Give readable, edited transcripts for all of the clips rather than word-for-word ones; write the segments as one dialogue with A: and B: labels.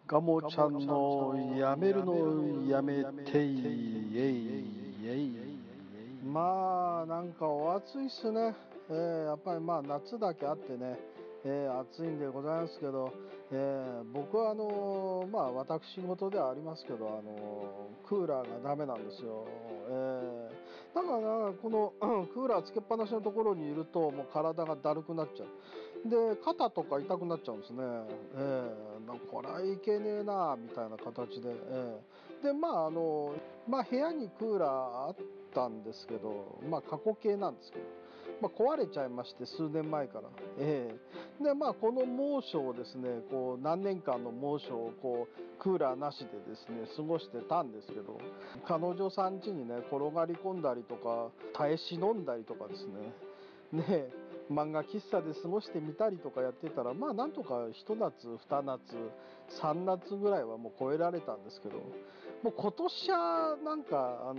A: ガモちゃんのやめるのやめていえいえい。まあなんかお暑いっすね、やっぱりまあ夏だけあってね、暑いんでございますけど、僕はまあ私事ではありますけどクーラーがダメなんですよ。だからこのクーラーつけっぱなしのところにいるともう体がだるくなっちゃう。で肩とか痛くなっちゃうんですね。なんかこれはいけねえなみたいな形で、でまあまあ部屋にクーラーあったんですけど、まあ過去形なんですけど、まあ、壊れちゃいまして数年前から、でまあこの猛暑をですねこう何年間の猛暑をこうクーラーなしでですね過ごしてたんですけど、彼女さん家にね転がり込んだりとか耐え忍んだりとかですね漫画喫茶で過ごしてみたりとかやってたら、まあなんとか一夏二夏三夏ぐらいはもう超えられたんですけど、もう今年はなんか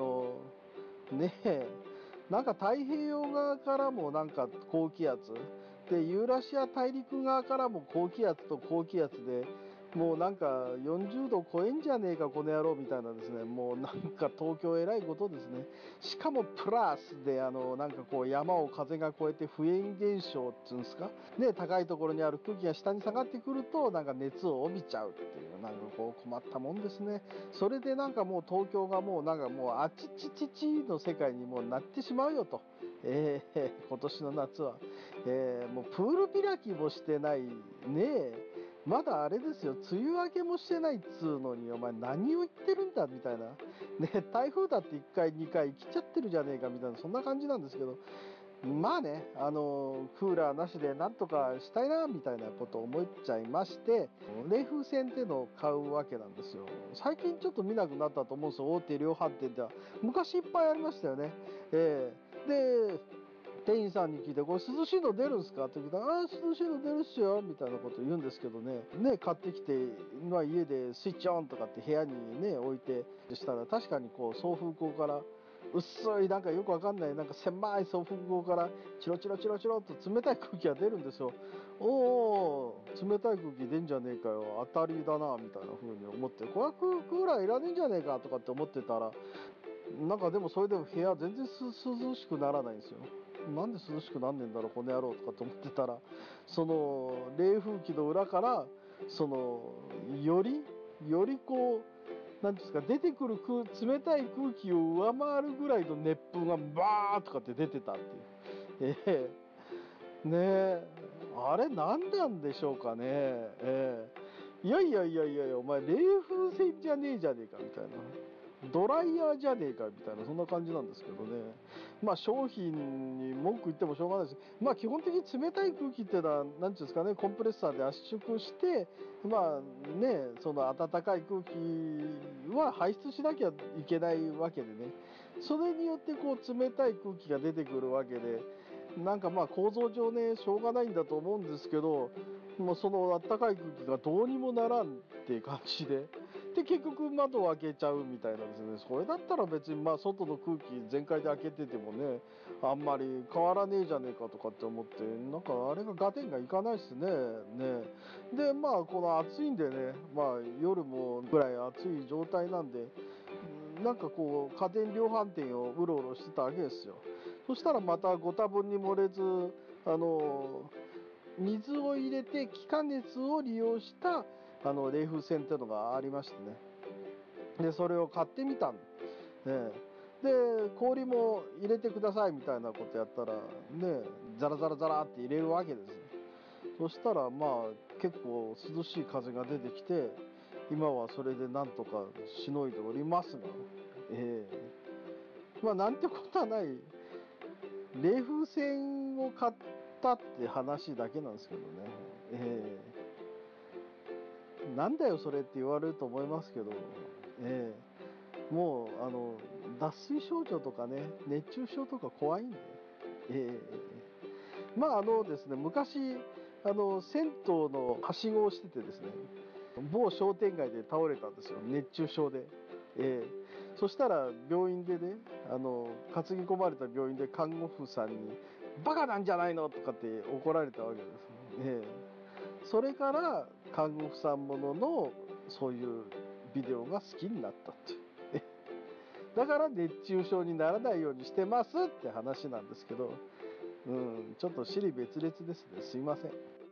A: なんか太平洋側からもなんか高気圧で、ユーラシア大陸側からも高気圧と高気圧で、もうなんか40度超えんじゃねえかこの野郎みたいなですね、もうなんか東京えらいことですね。しかもプラスでなんかこう山を風が越えてフェーン現象っていうんですかね、高いところにある空気が下に下がってくるとなんか熱を帯びちゃうっていう、なんかこう困ったもんですね。それでなんかもう東京がもうなんかもうあちちちちの世界にもうなってしまうよと、今年の夏は、もうプール開きもしてないねえ、まだあれですよ、梅雨明けもしてないっつうのにお前何を言ってるんだみたいなね、台風だって1回2回来ちゃってるじゃねえかみたいな、そんな感じなんですけど、まあねクーラーなしでなんとかしたいなみたいなことを思っちゃいまして、冷風扇っていうのを買うわけなんですよ。最近ちょっと見なくなったと思うんですよ、大手量販店では。昔いっぱいありましたよね。で店員さんに聞いて「これ涼しいの出るんですか?」って聞いたら「ああ涼しいの出るっすよ」みたいなこと言うんですけどね、買ってきて、まあ、家でスイッチオンとかって部屋にね置いてしたら、確かにこう送風口から薄いなんかよくわかんないなんか狭い送風口からチロチロチロチロっと冷たい空気が出るんですよ。おお冷たい空気出んじゃねえかよ、当たりだなみたいな風に思って、これはクーラーいらねえんじゃねえかとかって思ってたら、なんかでもそれでも部屋全然涼しくならないんですよ。なんで涼しくなんねえんだろうこの野郎とかと思ってたら、その冷風機の裏からそのよりこうなんですか、出てくる冷たい空気を上回るぐらいの熱風がバーとかって出てたっていう。ねえ、あれ何なんでしょうかね。いやいやいやいやいや、お前冷風扇じゃねえじゃねえかみたいな、ドライヤーじゃねえかみたいな、そんな感じなんですけどね。まあ商品に文句言ってもしょうがないです。まあ基本的に冷たい空気っていうのは何ていうんですかね、コンプレッサーで圧縮してまあね、その暖かい空気は排出しなきゃいけないわけでね、それによってこう冷たい空気が出てくるわけで、なんかまあ構造上ねしょうがないんだと思うんですけど、もうその暖かい空気がどうにもならんっていう感じで、結局窓を開けちゃうみたいなんですね。それだったら別にまあ外の空気全開で開けててもね、あんまり変わらねえじゃねえかとかって思って、なんかあれが合点がいかないですね。でまあこの暑いんでね、まあ夜もぐらい暑い状態なんで、なんかこう家電量販店をうろうろしてたわけですよ。そしたらまたご多分に漏れず水を入れて気化熱を利用した冷風扇っていうのがありましてね、でそれを買ってみたんで、氷も入れてくださいみたいなことやったらね、ザラザラザラって入れるわけですよ。そしたらまあ結構涼しい風が出てきて、今はそれでなんとかしのいでおりますが、まあなんてことはない、冷風扇を買ったって話だけなんですけどね。なんだよそれって言われると思いますけど、もう脱水症状とかね熱中症とか怖いんで、まあですね、昔銭湯のはしごをしててですね、某商店街で倒れたんですよ、熱中症で。そしたら病院でね、担ぎ込まれた病院で看護婦さんに「バカなんじゃないの?」とかって怒られたわけです。それから看護婦さんもののそういうビデオが好きになったっていうだから熱中症にならないようにしてますって話なんですけど、ちょっと支離滅裂ですね。すいません。